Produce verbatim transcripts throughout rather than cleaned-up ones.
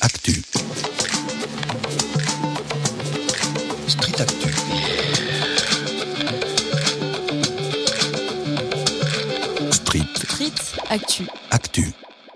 Actu. Street Actu. Street. Street Actu. Actu.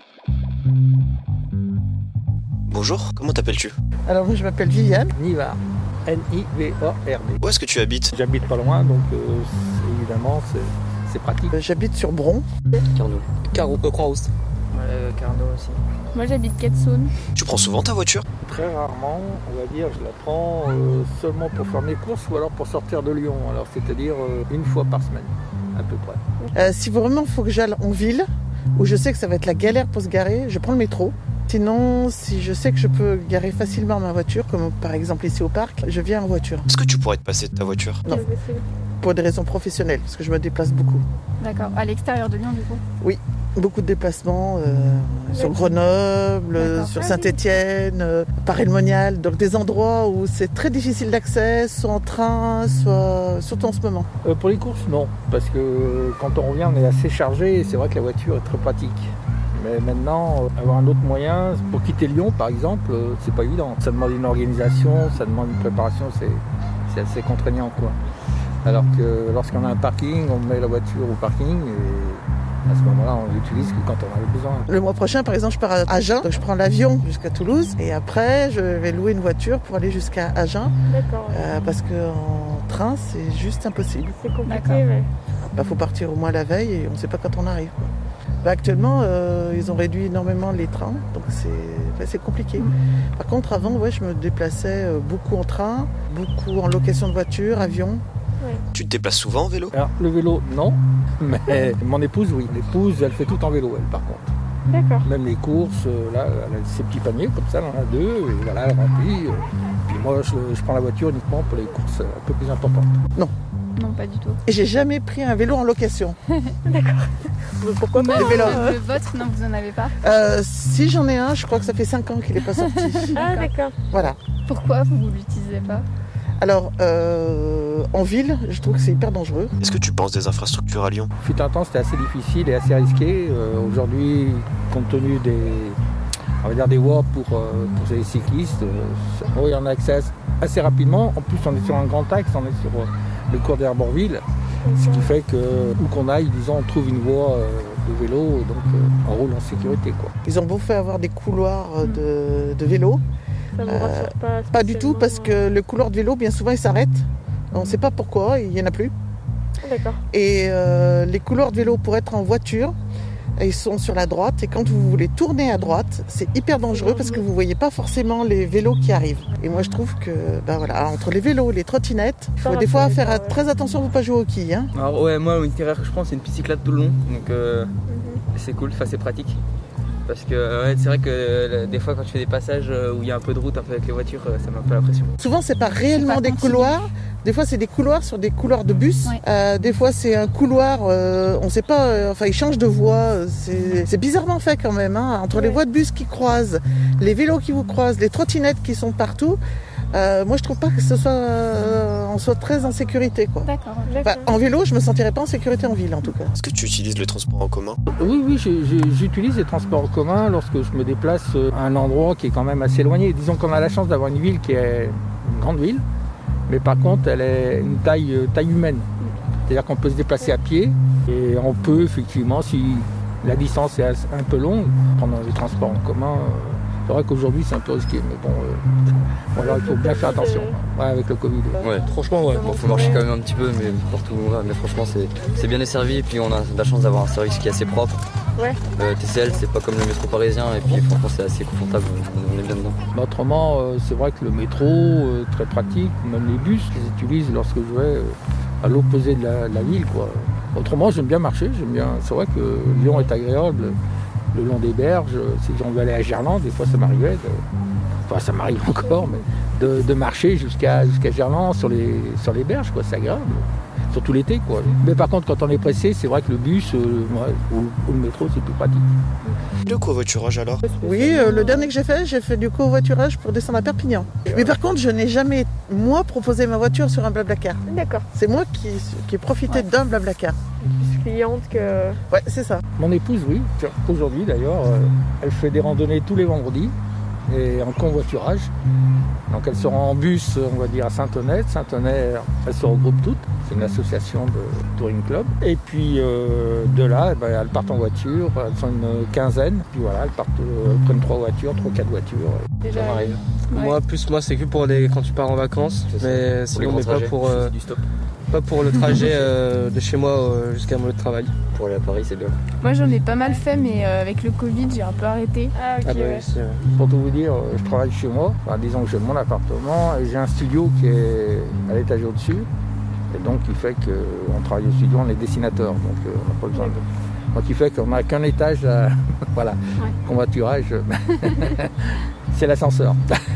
Bonjour, comment t'appelles-tu? Alors moi je m'appelle Viviane. Nivard, N I V A R D. Où est-ce que tu habites? J'habite pas loin, donc euh, c'est- évidemment c'est, c'est pratique. Euh, J'habite sur Bron. Carnot. Caro, euh, Croix-Rousse. Euh, Carnot aussi. Moi j'habite Quetsoun. Tu prends souvent ta voiture? Très rarement, on va dire, je la prends euh, seulement pour faire mes courses ou alors pour sortir de Lyon. Alors c'est-à-dire euh, une fois par semaine, à peu près. Euh, si vraiment il faut que j'aille en ville, où je sais que ça va être la galère pour se garer, je prends le métro. Sinon, si je sais que je peux garer facilement ma voiture, comme par exemple ici au parc, je viens en voiture. Est-ce que tu pourrais te passer de ta voiture? Non, pour des raisons professionnelles, parce que je me déplace beaucoup. D'accord. À l'extérieur de Lyon du coup. Beaucoup de déplacements euh, sur Grenoble, D'accord. sur Saint-Étienne, euh, Paris-le-Monial, donc des endroits où c'est très difficile d'accès, soit en train, soit surtout en ce moment. Euh, pour les courses, non, parce que euh, quand on revient, on est assez chargé et c'est vrai que la voiture est très pratique. Mais maintenant, euh, avoir un autre moyen, pour quitter Lyon par exemple, euh, c'est pas évident. Ça demande une organisation, ça demande une préparation, c'est, c'est assez contraignant, quoi. Alors que lorsqu'on a un parking, on met la voiture au parking et à ce moment-là, on l'utilise que quand on en a besoin. Le mois prochain, par exemple, je pars à Agen, donc je prends l'avion jusqu'à Toulouse et après, je vais louer une voiture pour aller jusqu'à Agen, D'accord. euh, parce qu'en train, c'est juste impossible. C'est compliqué, D'accord. ouais. Il faut partir au moins la veille et on ne sait pas quand on arrive, quoi. Bah, actuellement, euh, ils ont réduit énormément les trains, donc c'est, ouais, c'est compliqué. Par contre, avant, ouais, je me déplaçais euh, beaucoup en train, beaucoup en location de voiture, avion. Tu te déplaces souvent en vélo? Alors, le vélo, non, mais mon épouse, oui. L'épouse, elle fait tout en vélo, elle, par contre. D'accord. Même les courses, euh, là, elle a ses petits paniers, comme ça, elle en a deux, et voilà, elle remplit. euh. Puis moi, je, je prends la voiture uniquement pour les courses un peu plus importantes. Non, pas du tout. Et j'ai jamais pris un vélo en location. D'accord. Pourquoi pas Même, vélo. euh, le vôtre, non, vous en avez pas. Euh, si j'en ai un, je crois que ça fait cinq ans qu'il n'est pas sorti. Ah, d'accord. Voilà. Pourquoi vous ne l'utilisez pas? Alors, euh, en ville, je trouve que c'est hyper dangereux. Est-ce que tu penses des infrastructures à Lyon? Fut un temps, c'était assez difficile et assez risqué. Euh, aujourd'hui, compte tenu des, on va dire des voies pour, euh, pour les cyclistes, euh, bon, il y en a accès assez rapidement. En plus, on est sur un grand axe, on est sur euh, le cours d'Herborville, ce qui fait que où qu'on aille, disons, on trouve une voie euh, de vélo, donc euh, on roule en sécurité, quoi. Ils ont beau fait avoir des couloirs euh, de, de vélo, Ça vous Euh, rassure pas pas du tout, parce spécialement, que le couloir de vélo, bien souvent, il s'arrête. On ne sait pas pourquoi, il n'y en a plus. euh, D'accord. Et euh, les couloirs de vélo pour être en voiture, ils sont sur la droite. Et quand vous voulez tourner à droite, c'est hyper dangereux parce que vous ne voyez pas forcément les vélos qui arrivent. Et moi, je trouve que, ben voilà, entre les vélos et les trottinettes, il faut Ça des fois rassure, faire ouais. très attention de ne pas jouer au quilles, hein. Alors ouais, moi l'itinéraire que je prends c'est une piste cyclable tout le long, donc euh, c'est cool, enfin c'est pratique. Parce que ouais, c'est vrai que euh, des fois quand tu fais des passages euh, où il y a un peu de route un peu avec les voitures, euh, ça met un peu la pression. Souvent, c'est pas réellement pas des continu. couloirs. Des fois, c'est des couloirs sur des couloirs de bus. Ouais. Euh, des fois, c'est un couloir, euh, on sait pas, euh, enfin, ils changent de voie. C'est, c'est bizarrement fait quand même, hein, entre les Ouais. voies de bus qui croisent, les vélos qui vous croisent, les trottinettes qui sont partout. Euh, moi, je trouve pas que ce soit, euh, on soit très en sécurité, quoi. D'accord. Enfin, D'accord. en vélo, je me sentirais pas en sécurité en ville, en tout cas. Est-ce que tu utilises le transport en commun? Oui, oui, j'ai- j'ai- j'utilise les transports en commun lorsque je me déplace euh, à un endroit qui est quand même assez éloigné. Disons qu'on a la chance d'avoir une ville qui est une grande ville, mais par contre, elle est une taille, euh, taille humaine. C'est-à-dire qu'on peut se déplacer à pied et on peut effectivement, si la distance est assez- un peu longue, prendre les transports en commun. euh, C'est vrai qu'aujourd'hui, c'est un peu risqué, mais bon, euh, bon, alors il faut bien faire attention, ouais, avec le Covid. Ouais, franchement ouais, bon, faut marcher quand même un petit peu, mais partout où on va, mais franchement c'est, c'est bien desservi et puis on a la chance d'avoir un service qui est assez propre. Ouais. Euh, T C L c'est pas comme le métro parisien et puis franchement c'est assez confortable, on est bien dedans. Mais autrement, euh, c'est vrai que le métro, euh, très pratique, même les bus, je les utilise lorsque je vais euh, à l'opposé de la, de la ville, quoi. Autrement, j'aime bien marcher, j'aime bien. C'est vrai que Lyon est agréable, le long des berges. Si j'en veux aller à Gerland, des fois ça m'arrivait, de... enfin ça m'arrive encore, mais de, de marcher jusqu'à jusqu'à Gerland sur les, sur les berges, quoi. C'est agréable. Surtout l'été, quoi. Mais par contre, quand on est pressé, c'est vrai que le bus euh, ouais, ou, ou le métro, c'est plus pratique. Le covoiturage alors? Oui, euh, le dernier que j'ai fait, j'ai fait du covoiturage pour descendre à Perpignan. Mais par contre, je n'ai jamais, moi, proposé ma voiture sur un Blablacar. D'accord. C'est moi qui, qui ai profité Ouais. d'un Blablacar. Plus cliente que... Ouais, c'est ça. Mon épouse, oui. Aujourd'hui, d'ailleurs, euh, elle fait des randonnées tous les vendredis. et en convoiturage. Donc elles seront en bus, on va dire, à Saint-Honnête. Saint-Honnête, elles se regroupent toutes. C'est une association de touring club. Et puis euh, de là, eh ben, elles partent en voiture. Elles sont une quinzaine. Puis voilà, elles partent, euh, elles prennent trois voitures, trois, quatre voitures. Déjà, Ça m'arrive. Ouais. Moi, plus moi, c'est que pour les quand tu pars en vacances, C'est ça. mais Pour sinon, les mais grands pas trajets, pour euh, c'est du stop. pas pour le trajet euh, de chez moi euh, jusqu'à mon lieu de travail. Pour aller à Paris, c'est bien. Moi j'en ai pas mal fait, mais euh, avec le Covid j'ai un peu arrêté. Ah, ok, Ah bah ouais. oui, c'est- Pour tout vous dire, je travaille chez moi. Enfin, disons que j'ai mon appartement et j'ai un studio qui est à l'étage au-dessus. Et donc, il fait qu'on travaille au studio, on est dessinateur. Donc, euh, on n'a pas besoin de... Donc, il fait qu'on n'a qu'un étage à... Voilà, Ouais. convoiturage. C'est l'ascenseur.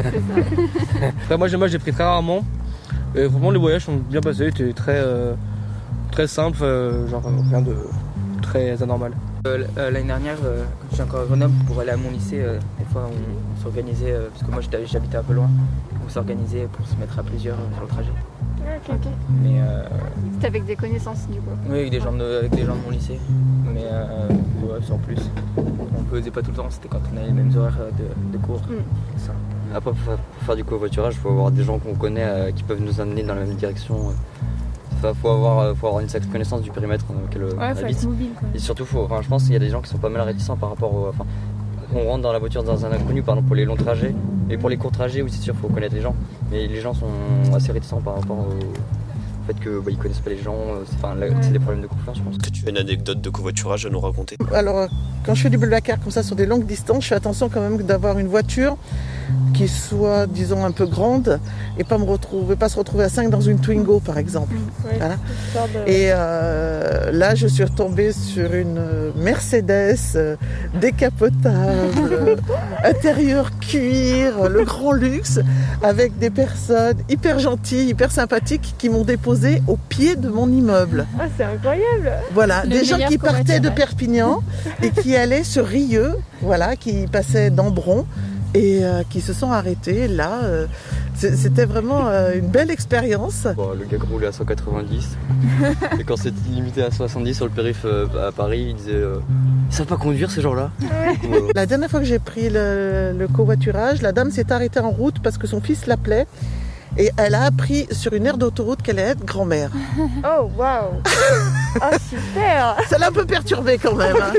Après, moi, j'ai moi, j'ai pris très rarement. Et vraiment, les voyages sont bien passés, c'était très euh, très simple, euh, genre euh, rien de très anormal. Euh, euh, L'année dernière, euh, quand j'étais encore à Grenoble, pour aller à mon lycée, euh, des fois on, on s'organisait, euh, parce que moi j'étais- j'habitais un peu loin, on s'organisait pour se mettre à plusieurs euh, sur le trajet. Ok. Ok. Mais euh, C'était avec des connaissances du coup. oui, avec des gens de, avec des gens de mon lycée. Mais euh, ouais, sans plus. On ne faisait pas tout le temps, c'était quand on avait les mêmes horaires euh, de, de cours. Mm. C'est ça. Après, pour faire, pour faire du covoiturage, il faut avoir des gens qu'on connaît euh, qui peuvent nous amener dans la même direction. Il faut avoir, euh, faut avoir une sacrée connaissance du périmètre dans lequel euh, Ouais, on faut habite. être mobile quoi. Et surtout, faut, enfin, je pense qu'il y a des gens qui sont pas mal réticents par rapport au. Enfin, on rentre dans la voiture dans un inconnu, par exemple pour les longs trajets. Et pour les courts trajets, oui, c'est sûr, il faut connaître les gens. Mais les gens sont assez réticents par rapport au fait qu'ils bah, ils connaissent pas les gens. euh, C'est enfin, là, c'est des problèmes de confiance, je pense. Est-ce que tu as une anecdote de covoiturage à nous raconter? Alors, euh, quand je fais du Blablacar comme ça sur des longues distances, je fais attention quand même d'avoir une voiture qui soit, disons, un peu grande et pas me retrouver, pas se retrouver à cinq dans une Twingo, par exemple. Ouais, Voilà. histoire de- Et euh, là, je suis retombée sur une Mercedes euh, décapotable, euh, intérieur cuir, le grand luxe, avec des personnes hyper gentilles, hyper sympathiques qui m'ont déposée au pied de mon immeuble. Ah, c'est incroyable. Voilà, Le des gens meilleur qui partaient de covoiturage. Perpignan et qui allaient sur Rieux, voilà, qui passaient d'Ambron et euh, qui se sont arrêtés là. euh, c'est- C'était vraiment euh, une belle expérience. Bon, le gars roulait à cent quatre-vingt-dix. Et quand c'était limité à soixante-dix sur le périph' euh, à Paris, il disait euh, ils savent pas conduire ces gens-là. Voilà. La dernière fois que j'ai pris le, le covoiturage, la dame s'est arrêtée en route parce que son fils l'appelait et elle a appris sur une aire d'autoroute qu'elle allait être grand-mère. Oh, waouh. Ah, super. Ça l'a un peu perturbée quand même. hein.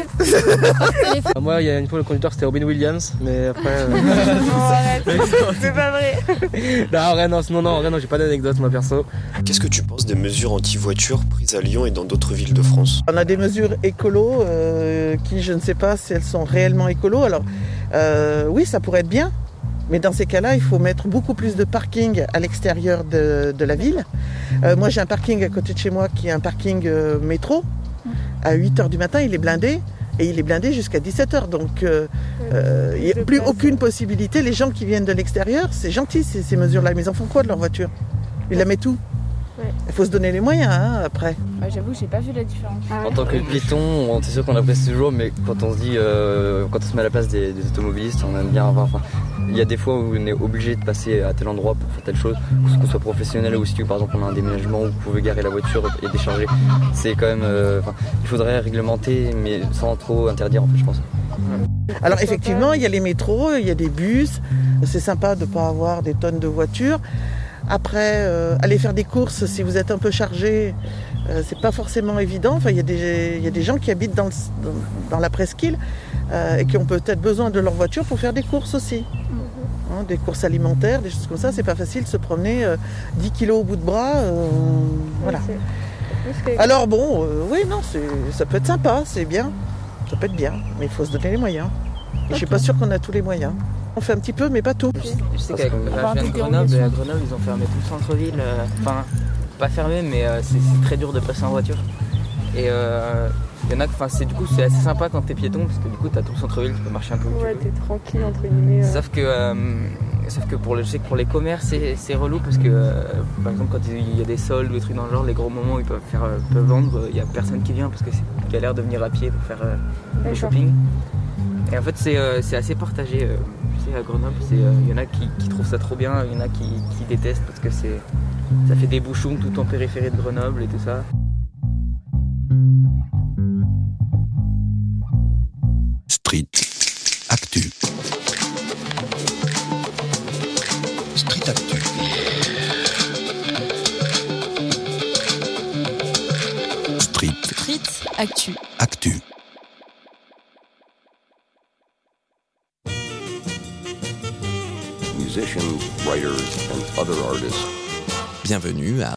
Ah, moi, il y a une fois, le conducteur c'était Robin Williams, mais après. euh, Non, arrête. C'est pas vrai. non, rien, non, non, non, rien, non, j'ai pas d'anecdote, moi perso. Qu'est-ce que tu penses des mesures anti-voiture prises à Lyon et dans d'autres villes de France? On a des mesures écolo euh, qui, je ne sais pas si elles sont réellement écolo. Alors, euh, oui, ça pourrait être bien. Mais dans ces cas-là, il faut mettre beaucoup plus de parking à l'extérieur de, de la ville. Euh, moi, j'ai un parking à côté de chez moi qui est un parking euh, métro. À huit heures du matin, il est blindé. Et il est blindé jusqu'à dix-sept heures. Donc, euh, euh, il n'y a plus aucune possibilité. Les gens qui viennent de l'extérieur, c'est gentil ces, ces mesures-là. Mais ils en font quoi de leur voiture? Ils la mettent où? Ouais. Il faut se donner les moyens hein, après. Ouais, j'avoue, j'ai pas vu la différence. En tant que piéton, on est sûr qu'on apprécie toujours, mais quand on se dit, euh, quand on se met à la place des, des automobilistes, on aime bien avoir. Enfin, il y a des fois où on est obligé de passer à tel endroit pour faire telle chose, qu'on soit professionnel ou si par exemple on a un déménagement où vous pouvez garer la voiture et décharger. C'est quand même, euh, enfin, il faudrait réglementer, mais sans trop interdire en fait, je pense. Alors effectivement, il y a les métros, il y a des bus. C'est sympa de ne pas avoir des tonnes de voitures. Après, euh, aller faire des courses, si vous êtes un peu chargé, euh, c'est pas forcément évident. Enfin, il y a des, il y a des gens qui habitent dans, le- dans, dans la presqu'île euh, et qui ont peut-être besoin de leur voiture pour faire des courses aussi. Hein, des courses alimentaires, des choses comme ça. C'est pas facile de se promener euh, dix kilos au bout de bras. euh, voilà. Ouais, c'est- plus que- Alors bon, euh, oui, non, c'est- ça peut être sympa, c'est bien. Ça peut être bien, mais il faut se donner les moyens. Et je suis pas sûre qu'on a tous les moyens. On fait un petit peu, mais pas tout. Je sais, je sais Parce qu'à que- là, je viens de Grenoble et à Grenoble ils ont fermé tout le centre-ville. euh, Enfin, pas fermé, mais euh, c'est c'est très dur de passer en voiture. Et euh, il y en a, enfin, c'est du coup c'est assez sympa quand t'es piéton parce que du coup t'as tout le centre-ville, tu peux marcher un peu où Ouais, tu veux. t'es tranquille entre guillemets. euh. Sauf que, euh, sauf que pour le, je sais que pour les commerces c'est c'est relou parce que euh, par exemple quand il y a des soldes ou des trucs dans le genre, les gros moments où ils peuvent faire euh, peuvent vendre, il y a personne qui vient parce que c'est galère de venir à pied pour faire euh, le D'accord. shopping. Et en fait c'est euh, c'est assez partagé. euh, je sais à Grenoble, c'est, euh, il y en a qui, qui trouvent ça trop bien, il y en a qui, qui détestent parce que c'est ça fait des bouchons tout en périphérie de Grenoble et tout ça. Street Actu. Street Actu. Actu. Musicians, writers and other artists. Bienvenue à